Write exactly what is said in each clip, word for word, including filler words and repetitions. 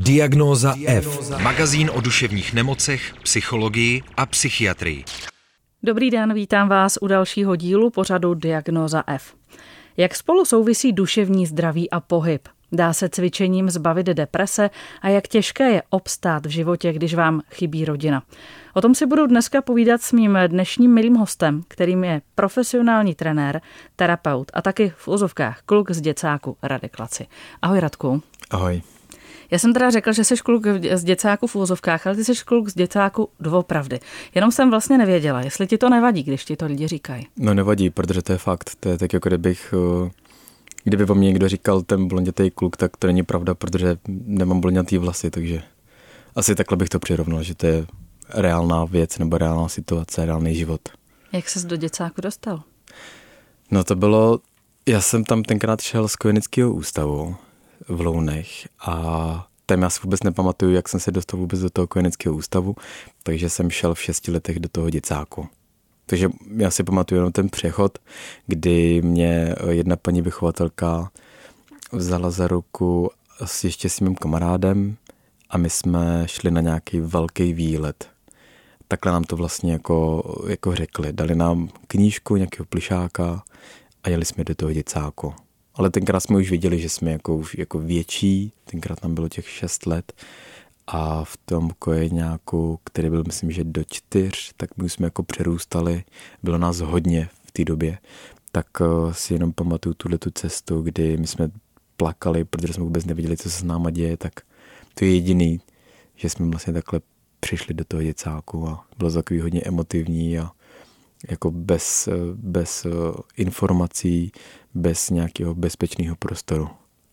Diagnóza F. Magazín o duševních nemocech, psychologii a psychiatrii. Dobrý den, vítám vás u dalšího dílu pořadu Diagnóza F. Jak spolu souvisí duševní zdraví a pohyb? Dá se cvičením zbavit deprese a jak těžké je obstát v životě, když vám chybí rodina? O tom si budu dneska povídat s mým dnešním milým hostem, kterým je profesionální trenér, terapeut a taky v uvozovkách kluk z děcáku Radek Laci. Ahoj Radku. Ahoj. Já jsem teda řekl, že jsi kluk z děcáku v uvozovkách, ale ty jsi kluk z děcáku doopravdy. Jenom jsem vlastně nevěděla, jestli ti to nevadí, když ti to lidi říkají. No nevadí, protože to je fakt. To je tak, jako kdybych, kdyby po mně někdo říkal ten blondětej kluk, tak to není pravda, protože nemám blondětý vlasy, takže asi takhle bych to přirovnal, že to je reálná věc nebo reálná situace, reálný život. Jak ses do děcáku dostal? No to bylo, já jsem tam tenkrát šel z kojeneckého ústavu v Lounech a tam já si vůbec nepamatuju, jak jsem se dostal vůbec do toho kojeneckého ústavu, takže jsem šel v šesti letech do toho děcáku. Takže já si pamatuju jenom ten přechod, kdy mě jedna paní vychovatelka vzala za ruku s ještě s mým kamarádem a my jsme šli na nějaký velký výlet. Takhle nám to vlastně jako, jako řekli. Dali nám knížku, nějakého plišáka a jeli jsme do toho děcáku. Ale tenkrát jsme už viděli, že jsme jako, už jako větší, tenkrát nám bylo těch šest let a v tom kojeňáku, který byl myslím, že do čtyř, tak my už jsme jako přerůstali, bylo nás hodně v té době, tak si jenom pamatuju tuhletu cestu, kdy my jsme plakali, protože jsme vůbec nevěděli, co se s náma děje, tak to je jediný, že jsme vlastně takhle přišli do toho děcáku a bylo to takový hodně emotivní a jako bez, bez informací, bez nějakého bezpečného prostoru.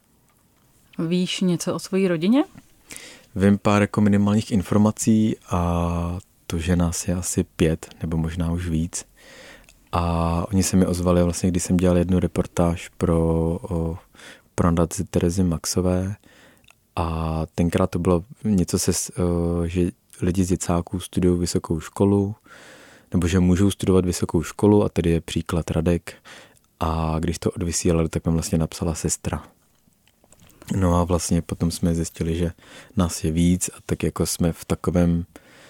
Víš něco o své rodině? Vím pár jako minimálních informací a to, že nás je asi pět, nebo možná už víc. A oni se mi ozvali vlastně, když jsem dělal jednu reportáž pro, o, pro nadaci Terezy Maxové a tenkrát to bylo něco se, o, že lidi z děcáků studují vysokou školu, nebo že můžou studovat vysokou školu a tady je příklad Radek a když to odvysílali, tak mi vlastně napsala sestra. No a vlastně potom jsme zjistili, že nás je víc a tak jako jsme v takovém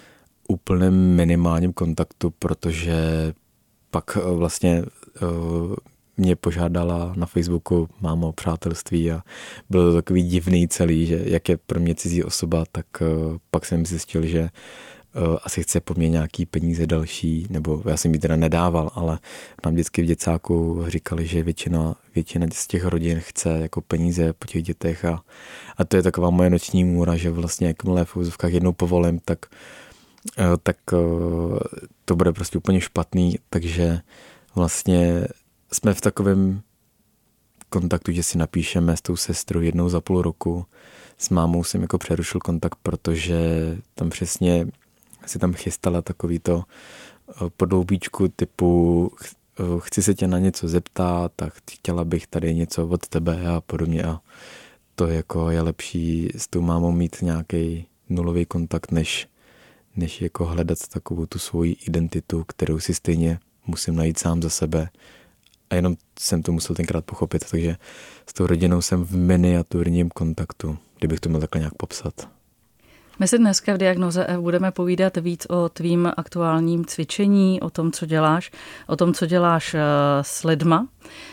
úplném minimálním kontaktu, protože pak vlastně uh, mě požádala na Facebooku máma o přátelství a bylo to takový divný celý, že jak je pro mě cizí osoba, tak uh, pak jsem zjistil, že Uh, asi chce po mně nějaký peníze další, nebo já jsem jí teda nedával, ale nám vždycky v děcáku říkali, že většina, většina z těch rodin chce jako peníze po těch dětech a, a to je taková moje noční můra, že vlastně jakmile v úzovkách jednou povolím, tak, uh, tak uh, to bude prostě úplně špatný, takže vlastně jsme v takovém kontaktu, že si napíšeme s tou sestrou jednou za půl roku. S mámou jsem jako přerušil kontakt, protože tam přesně si tam chystala takový to podloubíčku typu chci se tě na něco zeptat, tak chtěla bych tady něco od tebe a podobně a to jako je lepší s tou mámou mít nějaký nulový kontakt, než, než jako hledat takovou tu svoji identitu, kterou si stejně musím najít sám za sebe a jenom jsem to musel tenkrát pochopit, takže s tou rodinou jsem v miniaturním kontaktu, kdybych to měl takhle nějak popsat. My si dneska v Diagnoze F budeme povídat víc o tvým aktuálním cvičení, o tom, co děláš, o tom, co děláš s lidma,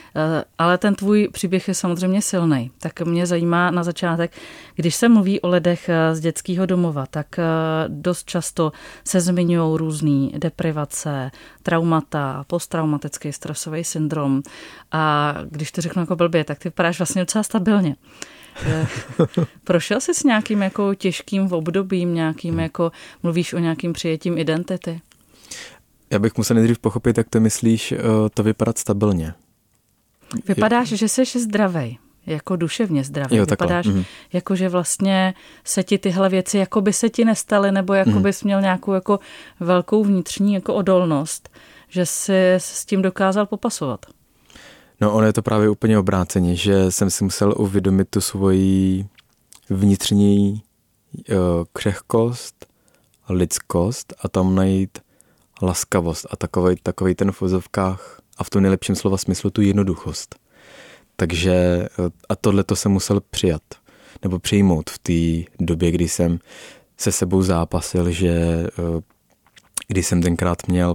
ale ten tvůj příběh je samozřejmě silný. Tak mě zajímá na začátek, když se mluví o lidech z dětského domova, tak dost často se zmiňují různý deprivace, traumata, posttraumatický stresový syndrom a když to řeknu jako blbě, tak ty vypadáš vlastně docela stabilně. Prošel jsi s nějakým jako těžkým obdobím, nějakým jako, mluvíš o nějakým přijetím identity? Já bych musel nejdřív pochopit, jak to myslíš, to vypadat stabilně. Vypadáš, že jsi zdravej, jako duševně zdravý. Jo, vypadáš, mm-hmm. jako že vlastně se ti tyhle věci jako by se ti nestaly, nebo jako mm. bys měl nějakou jako velkou vnitřní jako odolnost, že jsi s tím dokázal popasovat. No ono je to právě úplně obráceně, že jsem si musel uvědomit tu svoji vnitřní uh, křehkost, lidskost a tam najít laskavost a takovej, takovej ten v vozovkách a v tom nejlepším slova smyslu tu jednoduchost. Takže a tohle to jsem musel přijat. nebo přijmout v té době, kdy jsem se sebou zápasil, že když jsem tenkrát měl,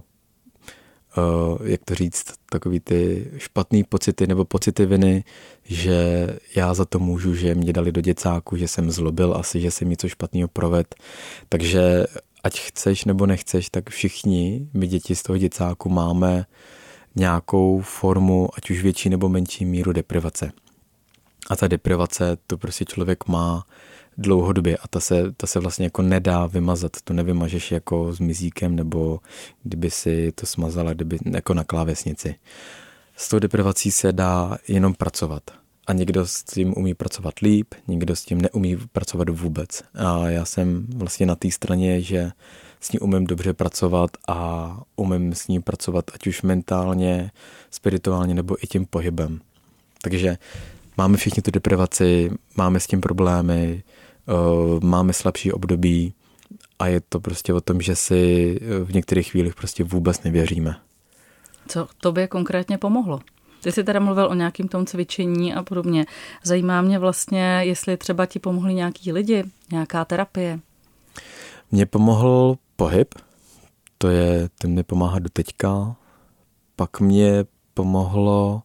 jak to říct, takový ty špatný pocity nebo pocity viny, že já za to můžu, že mě dali do děcáku, že jsem zlobil asi, že jsem něco špatného provedl. Takže ať chceš nebo nechceš, tak všichni my děti z toho děcáku máme nějakou formu, ať už větší nebo menší míru deprivace. A ta deprivace, to prostě člověk má dlouhodobě a ta se, ta se vlastně jako nedá vymazat. To nevymažeš jako s mizíkem nebo kdyby si to smazala kdyby, jako na klávesnici. S tou deprivací se dá jenom pracovat. A někdo s tím umí pracovat líp, někdo s tím neumí pracovat vůbec. A já jsem vlastně na té straně, že s ní umím dobře pracovat a umím s ní pracovat ať už mentálně, spirituálně nebo i tím pohybem. Takže máme všichni tu deprivaci, máme s tím problémy, máme slabší období a je to prostě o tom, že si v některých chvílích prostě vůbec nevěříme. Co tobě konkrétně pomohlo? Ty jsi teda mluvil o nějakým tom cvičení a podobně. Zajímá mě vlastně, jestli třeba ti pomohli nějaký lidi, nějaká terapie. Mně pomohl pohyb, to je, ten mi pomáhá do teďka. Pak mě pomohlo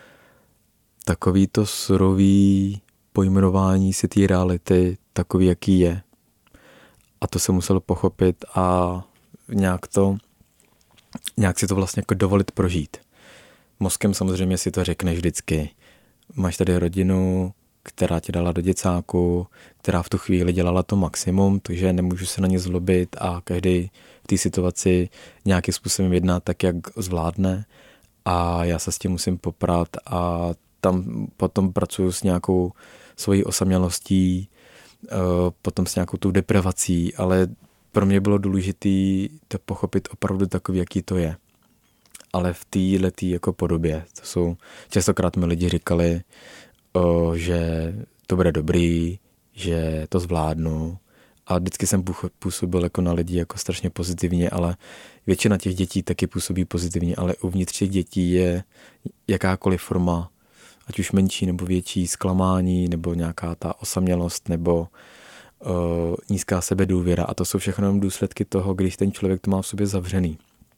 takový to surový pojmenování si té reality, takový, jaký je. A to se muselo pochopit a nějak to, nějak si to vlastně jako dovolit prožít. Mozkem samozřejmě si to řekneš vždycky. Máš tady rodinu, která tě dala do děcáku, která v tu chvíli dělala to maximum, takže nemůžu se na ně zlobit a každý v té situaci nějakým způsobem jedná tak, jak zvládne a já se s tím musím poprat a tam potom pracuju s nějakou svojí osamělostí, potom s nějakou tou deprivací, ale pro mě bylo důležité to pochopit opravdu takový, jaký to je. Ale v této jako podobě. To jsou, častokrát mi lidi říkali, o, že to bude dobrý, že to zvládnu. A vždycky jsem působil jako na lidi jako strašně pozitivně, ale většina těch dětí taky působí pozitivně, ale uvnitř těch dětí je jakákoliv forma, ať už menší nebo větší zklamání, nebo nějaká ta osamělost, nebo o, nízká sebedůvěra. A to jsou všechno důsledky toho, když ten člověk to má v sobě zavřený.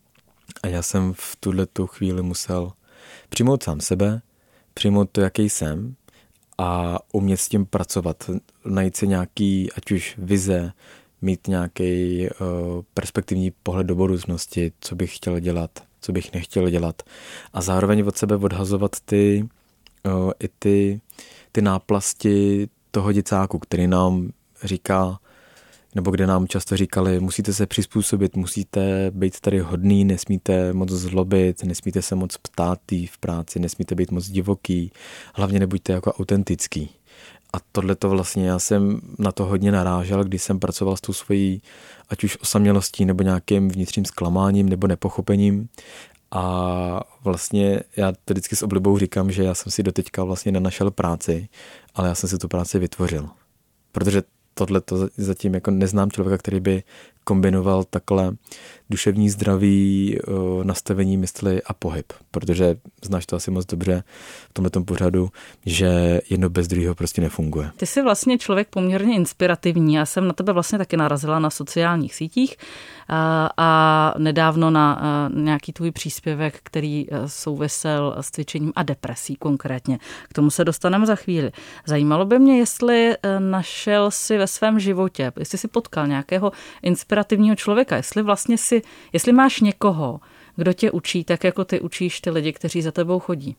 A já jsem v tuhletu chvíli musel přijmout sám sebe, přijmout to, jaký jsem a umět s tím pracovat, najít si nějaký, ať už vize, mít nějaký uh, perspektivní pohled do budoucnosti, co bych chtěl dělat, co bych nechtěl dělat a zároveň od sebe odhazovat ty, uh, i ty, ty náplasti toho děcáku, který nám říká, nebo kde nám často říkali, musíte se přizpůsobit, musíte být tady hodný, nesmíte moc zlobit, nesmíte se moc ptát v práci, nesmíte být moc divoký, hlavně nebuďte jako autentický. A tohleto vlastně já jsem na to hodně narážel, když jsem pracoval s tou svojí, ať už osamělostí, nebo nějakým vnitřním zklamáním, nebo nepochopením. A vlastně já to vždycky s oblibou říkám, že já jsem si doteďka vlastně nenašel práci, ale já jsem si tu práci vytvořil. Protože tohle to zatím jako neznám člověka, který by kombinoval takhle duševní zdraví, nastavení mysli a pohyb, protože znáš to asi moc dobře v tomhletom pořadu, že jedno bez druhého prostě nefunguje. Ty jsi vlastně člověk poměrně inspirativní. Já jsem na tebe vlastně taky narazila na sociálních sítích a, a nedávno na a, nějaký tvůj příspěvek, který souvisel s cvičením a depresí konkrétně. K tomu se dostaneme za chvíli. Zajímalo by mě, jestli našel si ve svém životě, jestli si potkal nějakého inspirativního člověka, jestli vlastně si, jestli máš někoho, kdo tě učí tak, jako ty učíš ty lidi, kteří za tebou chodí.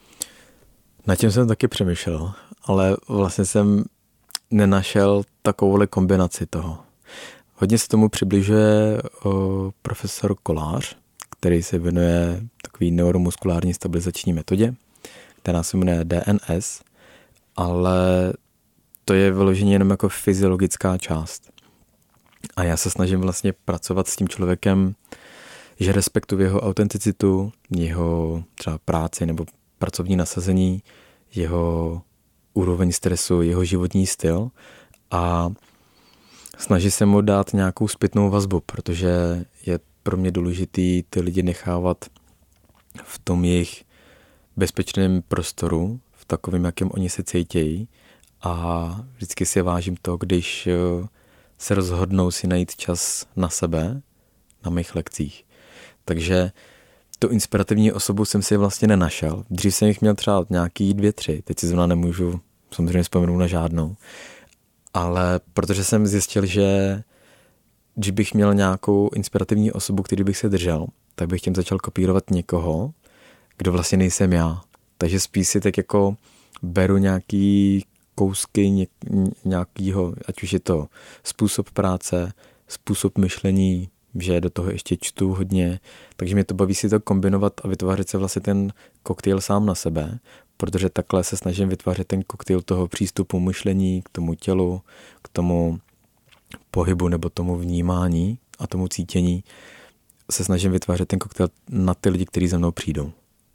Na tím jsem taky přemýšlel, ale vlastně jsem nenašel takovouhle kombinaci toho. Hodně se tomu přibližuje o, profesor Kolář, který se věnuje takový neuromuskulární stabilizační metodě, která se jmenuje D N S, ale to je vyloženě jenom jako fyziologická část. A já se snažím vlastně pracovat s tím člověkem, že respektuji jeho autenticitu, jeho třeba práci nebo pracovní nasazení, jeho úroveň stresu, jeho životní styl a snaží se mu dát nějakou zpětnou vazbu, protože je pro mě důležitý ty lidi nechávat v tom jejich bezpečném prostoru, v takovém, jakém oni se cítějí a vždycky si vážím to, když se rozhodnou si najít čas na sebe, na mých lekcích. Takže tu inspirativní osobu jsem si vlastně nenašel. Dřív jsem jich měl třeba nějaký dvě, tři, teď si zrovna nemůžu samozřejmě vzpomenout na žádnou. Ale protože jsem zjistil, že když bych měl nějakou inspirativní osobu, který bych se držel, tak bych tím začal kopírovat někoho, kdo vlastně nejsem já. Takže spíš si tak jako beru nějaký kousky nějakýho, ať už je to způsob práce, způsob myšlení, že do toho ještě čtu hodně, takže mě to baví si to kombinovat a vytvářet se vlastně ten koktejl sám na sebe, protože takhle se snažím vytvářet ten koktejl toho přístupu myšlení k tomu tělu, k tomu pohybu nebo tomu vnímání a tomu cítění. Se snažím vytvářet ten koktejl na ty lidi, kteří za mnou přijdou.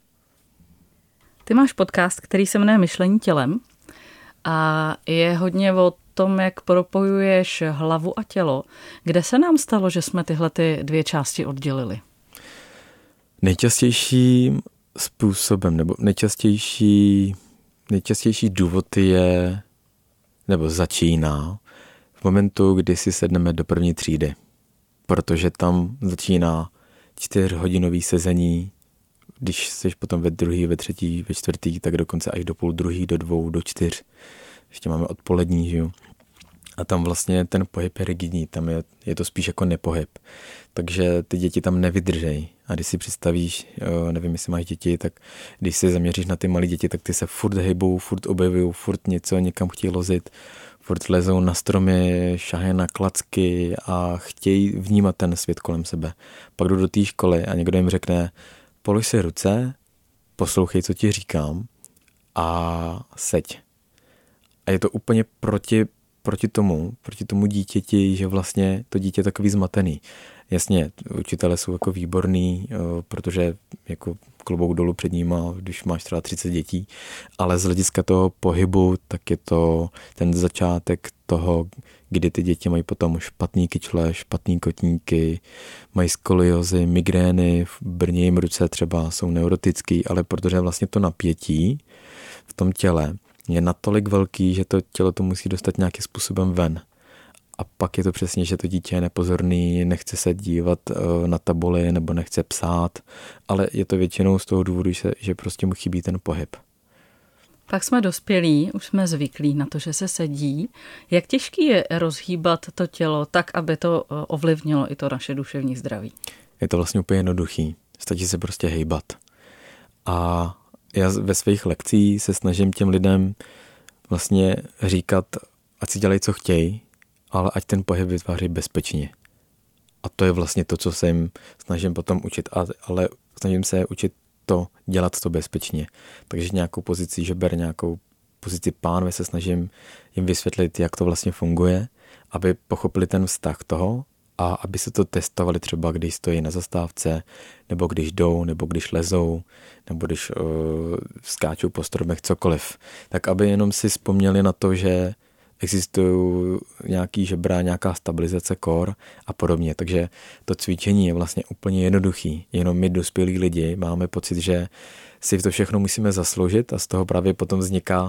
Ty máš podcast, který se jmenuje Myšlení tělem a je hodně o tom, jak propojuješ hlavu a tělo. Kde se nám stalo, že jsme tyhle ty dvě části oddělili? Nejčastějším způsobem, nebo nejčastější, nejčastější důvod je, nebo začíná v momentu, kdy si sedneme do první třídy. Protože tam začíná čtyřhodinový sezení, když jsi potom ve druhý, ve třetí, ve čtvrtý, tak dokonce až do půl druhý, do dvou, do čtyř. Ještě máme odpolední, že jo. A tam vlastně ten pohyb je rigidní, tam je, je to spíš jako nepohyb. Takže ty děti tam nevydržejí. A když si představíš, nevím, jestli máš děti, tak když se zaměříš na ty malé děti, tak ty se furt hejbou, furt objevují, furt něco někam chtějí lozit, furt lezou na stromy, šahají na klacky a chtějí vnímat ten svět kolem sebe. Pak jdou do té školy a někdo jim řekne, polož si ruce, poslouchej, co ti říkám a seď. A je to úplně proti, proti tomu, proti tomu dítěti, že vlastně to dítě je takový zmatený. Jasně, učitelé jsou jako výborný, protože jako klobouk dolů před nima, když máš třeba třicet dětí, ale z hlediska toho pohybu, tak je to ten začátek toho, kdy ty děti mají potom špatný kyčle, špatný kotníky, mají skoliozy, migrény, v Brně jim ruce třeba jsou neurotický, ale protože vlastně to napětí v tom těle je natolik velký, že to tělo to musí dostat nějakým způsobem ven. A pak je to přesně, že to dítě je nepozorný, nechce se dívat na tabuli nebo nechce psát, ale je to většinou z toho důvodu, že, že prostě mu chybí ten pohyb. Pak jsme dospělí, už jsme zvyklí na to, že se sedí. Jak těžký je rozhýbat to tělo tak, aby to ovlivnilo i to naše duševní zdraví? Je to vlastně úplně jednoduchý. Stačí se prostě hejbat. A já ve svých lekcích se snažím těm lidem vlastně říkat, ať si dělají, co chtějí, ale ať ten pohyb vytváří bezpečně. A to je vlastně to, co se jim snažím potom učit, ale snažím se učit to, dělat to bezpečně. Takže nějakou pozici, že ber nějakou pozici pánve, se snažím jim vysvětlit, jak to vlastně funguje, aby pochopili ten vztah toho a aby se to testovali třeba, když stojí na zastávce, nebo když jdou, nebo když lezou, nebo když uh, skáčou po stromech, cokoliv. Tak aby jenom si vzpomněli na to, že existují nějaký žebra, nějaká stabilizace kor a podobně. Takže to cvičení je vlastně úplně jednoduchý. Jenom my dospělí lidi máme pocit, že si to všechno musíme zasloužit a z toho právě potom vzniká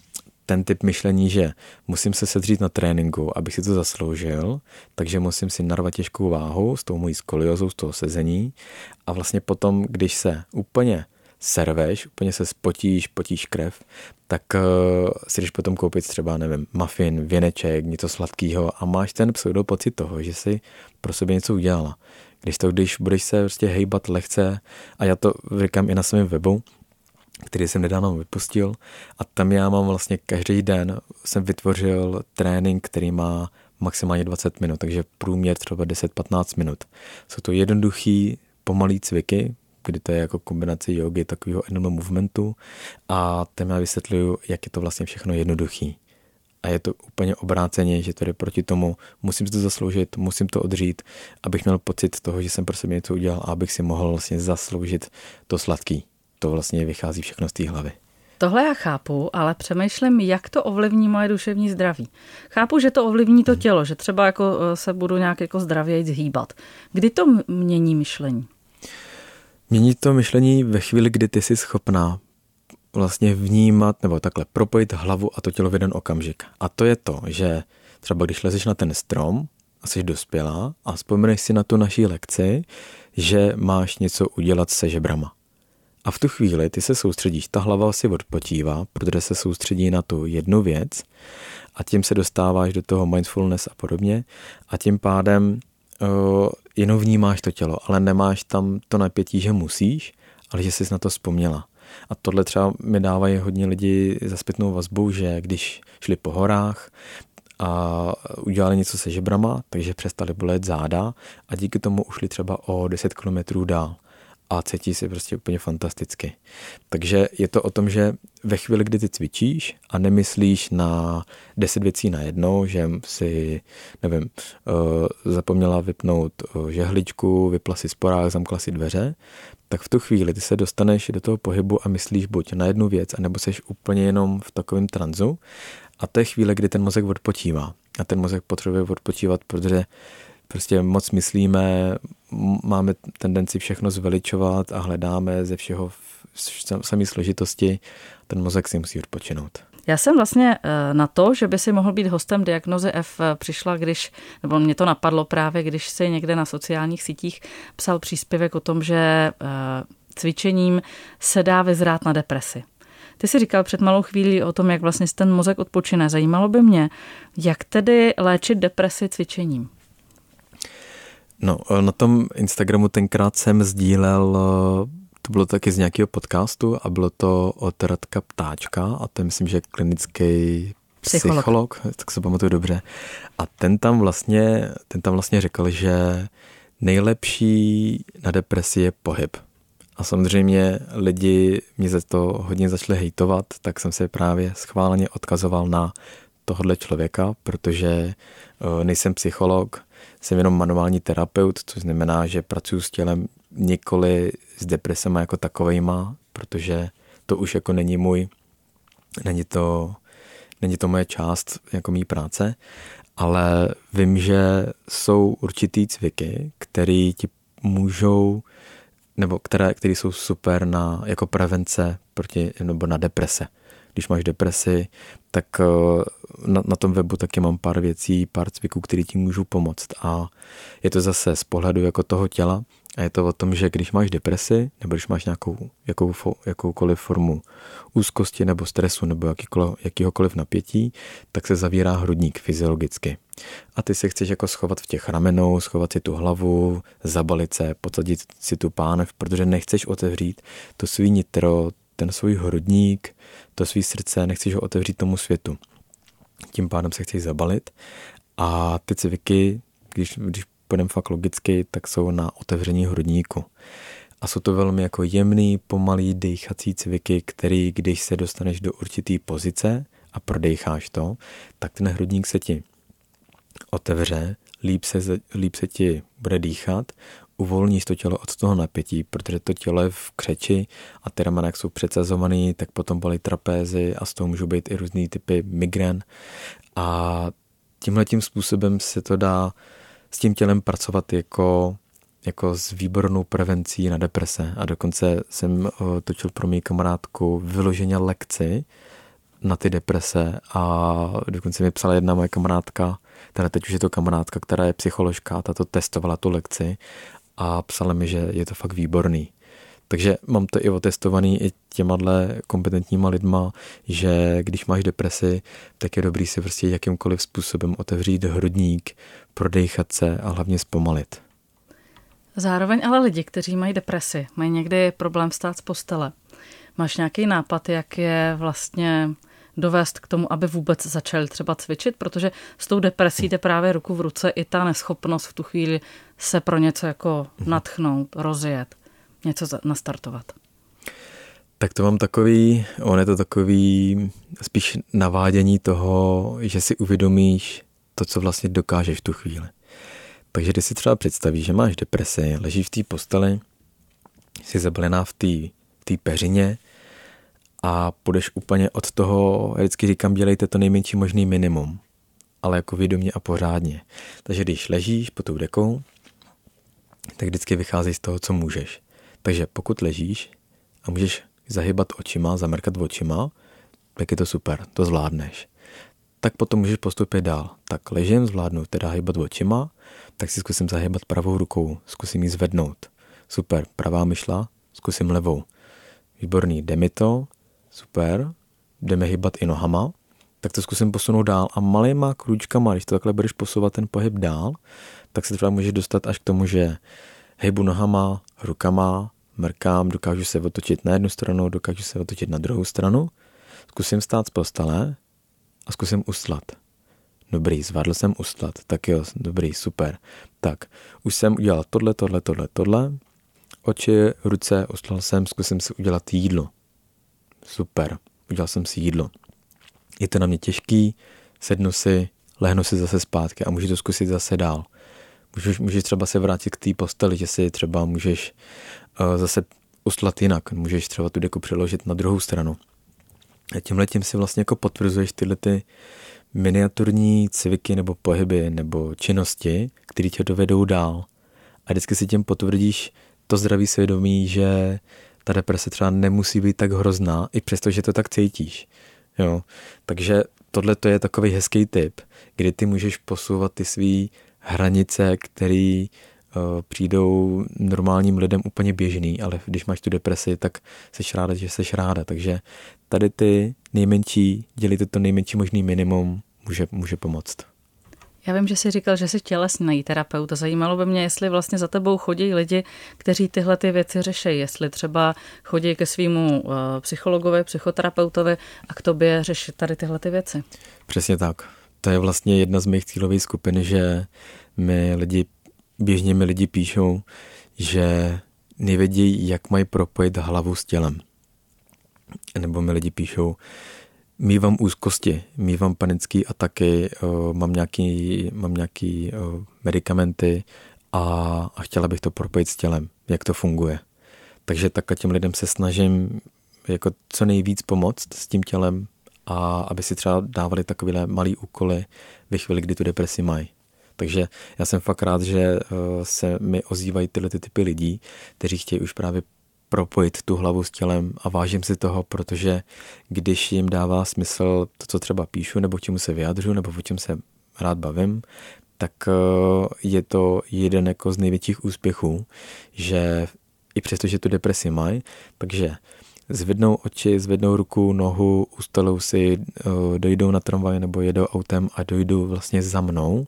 ten typ myšlení, že musím se sedřít na tréninku, abych si to zasloužil, takže musím si narvat těžkou váhu s tou mojí skoliozou, z toho sezení a vlastně potom, když se úplně serveš, úplně se spotíš, potíš krev, tak uh, si jdeš potom koupit třeba, nevím, muffin, věneček, něco sladkého a máš ten pseudo pocit toho, že jsi pro sebe něco udělala. Když to, když budeš se prostě hejbat lehce, a já to říkám i na svém webu, který jsem nedávno vypustil, a tam já mám vlastně každý den, jsem vytvořil trénink, který má maximálně dvacet minut, takže průměr třeba deset patnáct minut. Jsou to jednoduchý, pomalý cviky, kdy to je jako kombinace jogy, takového animal movementu a tam já vysvětluju, jak je to vlastně všechno jednoduchý. A je to úplně obráceně, že to jde proti tomu, musím si to zasloužit, musím to odřít, abych měl pocit toho, že jsem pro sebe něco udělal a abych si mohl vlastně zasloužit to sladký. To vlastně vychází všechno z té hlavy. Tohle já chápu, ale přemýšlím, jak to ovlivní moje duševní zdraví. Chápu, že to ovlivní to tělo, že třeba jako se budu nějak jako zdravěji zhýbat. Kdy to mění myšlení? Mění to myšlení ve chvíli, kdy ty jsi schopná vlastně vnímat, nebo takhle propojit hlavu a to tělo v jeden okamžik. A to je to, že třeba když lezeš na ten strom a jsi dospělá a vzpomeneš si na tu naší lekci, že máš něco udělat se žebrama. A v tu chvíli ty se soustředíš, ta hlava si odpočívá, protože se soustředí na tu jednu věc a tím se dostáváš do toho mindfulness a podobně a tím pádem uh, jenom vnímáš to tělo, ale nemáš tam to napětí, že musíš, ale že jsi na to vzpomněla. A tohle třeba mi dávají hodně lidi za zpětnou vazbu, že když šli po horách a udělali něco se žebrama, takže přestali bolet záda a díky tomu ušli třeba o deset kilometrů dál. A cítí se prostě úplně fantasticky. Takže je to o tom, že ve chvíli, kdy ty cvičíš a nemyslíš na deset věcí najednou, že si, nevím, zapomněla vypnout žehličku, vypla si sporák, zamkla si dveře, tak v tu chvíli ty se dostaneš do toho pohybu a myslíš buď na jednu věc, anebo seš úplně jenom v takovém tranzu a to je chvíle, kdy ten mozek odpočívá. A ten mozek potřebuje odpočívat, protože prostě moc myslíme, máme tendenci všechno zveličovat a hledáme ze všeho samé složitosti. Ten mozek si musí odpočinout. Já jsem vlastně na to, že by si mohl být hostem Diagnózy F, přišla, když, nebo mě to napadlo právě, když si někde na sociálních sítích psal příspěvek o tom, že cvičením se dá vyzrát na depresi. Ty jsi říkal před malou chvílí o tom, jak vlastně ten mozek odpočine. Zajímalo by mě, jak tedy léčit depresi cvičením? No, na tom Instagramu tenkrát jsem sdílel, to bylo taky z nějakého podcastu a bylo to od Radka Ptáčka a to je, myslím, že klinický psycholog, psycholog tak se pamatuju dobře. A ten tam vlastně, ten tam vlastně řekl, že nejlepší na depresi je pohyb. A samozřejmě lidi mě za to hodně začali hejtovat, tak jsem se právě schválně odkazoval na tohohle člověka, protože nejsem psycholog, jsem jenom manuální terapeut, což znamená, že pracuji s tělem, nikoli s depresema jako takovejma, protože to už jako není můj, není to, není to moje část jako mý práce, ale vím, že jsou určitý cviky, které ti můžou, nebo které, které jsou super na, jako prevence proti, nebo na deprese. Když máš depresi, tak na, na tom webu taky mám pár věcí, pár cviků, které ti můžou pomoct. A je to zase z pohledu jako toho těla a je to o tom, že když máš depresi, nebo když máš nějakou jakou, jakoukoliv formu úzkosti nebo stresu nebo jakýkoliv, jakýhokoliv napětí, tak se zavírá hrudník fyziologicky. A ty se chceš jako schovat v těch ramenou, schovat si tu hlavu, zabalit se, podsadit si tu pánev, protože nechceš otevřít to svý nitro, ten svůj hrudník, to svý srdce, nechceš ho otevřít tomu světu. Tím pádem se chceš zabalit a ty cviky, když, když půjdeme fakt logicky, tak jsou na otevření hrudníku. A jsou to velmi jako jemný, pomalý dejchací cviky, který, když se dostaneš do určitý pozice a prodejcháš to, tak ten hrudník se ti otevře, líp se, líp se ti bude dýchat, uvolníš to tělo od toho napětí, protože to tělo je v křeči a ty ramena, jak jsou předsazovaný, tak potom bolí trapézy a z toho můžou být i různý typy migrén. A tímhletím způsobem se to dá s tím tělem pracovat jako, jako s výbornou prevencí na deprese. A dokonce jsem točil pro mý kamarádku vyloženě lekci na ty deprese a dokonce mi psala jedna moje kamarádka, teda teď už je to kamarádka, která je psycholožka, ta to testovala tu lekci a psala mi, že je to fakt výborný. Takže mám to i otestovaný i těmadle kompetentníma lidma, že když máš depresi, tak je dobrý si prostě jakýmkoliv způsobem otevřít hrudník, prodejchat se a hlavně zpomalit. Zároveň ale lidi, kteří mají depresi, mají někdy problém vstát z postele. Máš nějaký nápad, jak je vlastně dovést k tomu, aby vůbec začali třeba cvičit, protože s tou depresí jde právě ruku v ruce i ta neschopnost v tu chvíli se pro něco jako natchnout, rozjet, něco nastartovat. Tak to mám takový, on je to takový spíš navádění toho, že si uvědomíš to, co vlastně dokážeš v tu chvíli. Takže když si třeba představíš, že máš depresi, ležíš v té posteli, jsi zabalená v té v té peřině a půjdeš úplně od toho, já vždycky říkám, dělejte to nejmenší možný minimum, ale jako vědomě a pořádně. Takže když ležíš pod tou dekou, tak vždycky vychází z toho, co můžeš. Takže pokud ležíš a můžeš zahybat očima, zamrkat očima, tak je to super, to zvládneš. Tak potom můžeš postupit dál. Tak ležím, zvládnu teda hýbat očima, tak si zkusím zahybat pravou rukou, zkusím ji zvednout. Super, pravá myšla, zkusím levou. Výborný, jde mi to, super, jdeme hýbat i nohama, tak to zkusím posunout dál a malýma krůčkama, když to takhle budeš posouvat ten pohyb dál, tak se třeba můžeš dostat až k tomu, že hejbu nohama, rukama, mrkám, dokážu se otočit na jednu stranu, dokážu se otočit na druhou stranu, zkusím stát z postele a zkusím ustlat. Dobrý, zvládl jsem ustlat, tak jo, dobrý, super. Tak, už jsem udělal tohle, tohle, tohle, tohle, oči, ruce, ustlal jsem, zkusím si udělat jídlo. Super, udělal jsem si jídlo. Je to na mě těžký, sednu si, lehnu si zase zpátky a můžu to zkusit zase dál. Můžeš, můžeš třeba se vrátit k té posteli, že si třeba můžeš uh, zase ustlat jinak, můžeš třeba tu deku přeložit na druhou stranu. A tímhletím si vlastně jako potvrzuješ tyhle ty miniaturní cviky nebo pohyby nebo činnosti, které tě dovedou dál. A vždycky si tím potvrdíš to zdravý svědomí, že ta deprese třeba nemusí být tak hrozná, i přesto, že to tak cítíš. Jo. Takže tohle to je takový hezký tip, kdy ty můžeš posouvat ty svý hranice, které uh, přijdou normálním lidem úplně běžný, ale když máš tu depresi, tak seš ráda, že seš ráda. Takže tady ty nejmenší, dělíte to nejmenší možný minimum, může, může pomoct. Já vím, že jsi říkal, že jsi tělesný terapeut a zajímalo by mě, jestli vlastně za tebou chodí lidi, kteří tyhle ty věci řeší, jestli třeba chodí ke svýmu uh, psychologovi, psychoterapeutovi a k tobě řešit tady tyhle ty věci. Přesně tak. To je vlastně jedna z mých cílových skupin, že mi lidi, běžně mi lidi píšou, že nevědí, jak mají propojit hlavu s tělem. Nebo mi lidi píšou, mívám úzkosti, mívám panické ataky, uh, mám nějaký, mám nějaký uh, medikamenty a, a chtěla bych to propojit s tělem, jak to funguje. Takže takhle těm lidem se snažím jako co nejvíc pomoct s tím tělem a aby si třeba dávali takovéhle malý úkoly ve chvíli, kdy tu depresi mají. Takže já jsem fakt rád, že uh, se mi ozývají tyhle ty typy lidí, kteří chtějí už právě propojit tu hlavu s tělem a vážím si toho, protože když jim dává smysl to, co třeba píšu, nebo k čemu se vyjadřu, nebo o čem se rád bavím, tak je to jeden jako z největších úspěchů, že i přesto, že tu depresi mají, takže zvednou oči, zvednou ruku, nohu, ustalou si, dojdou na tramvaj nebo jedou autem a dojdou vlastně za mnou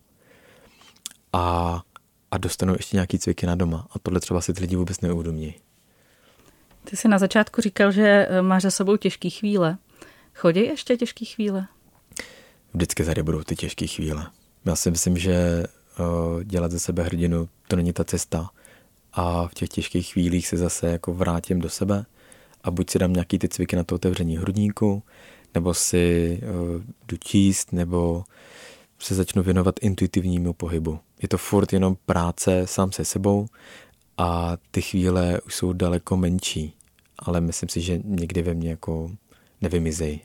a, a dostanou ještě nějaký cviky na doma. A tohle třeba si ty lidi vůbec neuvědomí. Ty jsi na začátku říkal, že máš za sebou těžké chvíle. Chodí ještě těžké chvíle? Vždycky tady budou ty těžké chvíle. Já si myslím, že uh, dělat ze sebe hrdinu, to není ta cesta. A v těch těžkých chvílích se zase jako vrátím do sebe a buď si dám nějaký ty cviky na to otevření hrudníku, nebo si uh, jdu číst, nebo se začnu věnovat intuitivnímu pohybu. Je to furt jenom práce sám se sebou a ty chvíle už jsou daleko menší, ale myslím si, že někdy ve mně jako nevymizejí.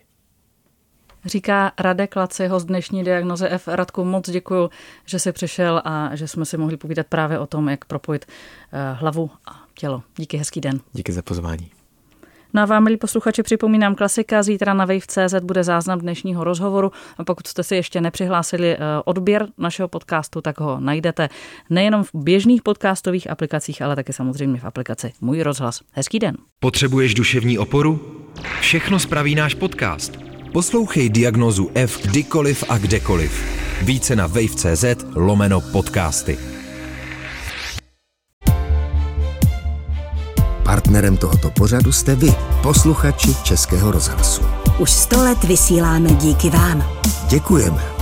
Říká Radek Laci, host dnešní Diagnoze F. Radku, moc děkuju, že jsi přišel a že jsme si mohli povídat právě o tom, jak propojit hlavu a tělo. Díky, hezký den. Díky za pozvání. No a vám, milí posluchači, připomínám klasika, zítra na wave tečka cé zet bude záznam dnešního rozhovoru a pokud jste si ještě nepřihlásili odběr našeho podcastu, tak ho najdete nejenom v běžných podcastových aplikacích, ale taky samozřejmě v aplikaci Můj rozhlas. Hezký den. Potřebuješ duševní oporu? Všechno spraví náš podcast. Poslouchej Diagnózu F kdykoliv a kdekoliv. Více na wave tečka cé zet lomeno podcasty. Partnerem tohoto pořadu jste vy, posluchači Českého rozhlasu. Už sto let vysíláme díky vám. Děkujeme.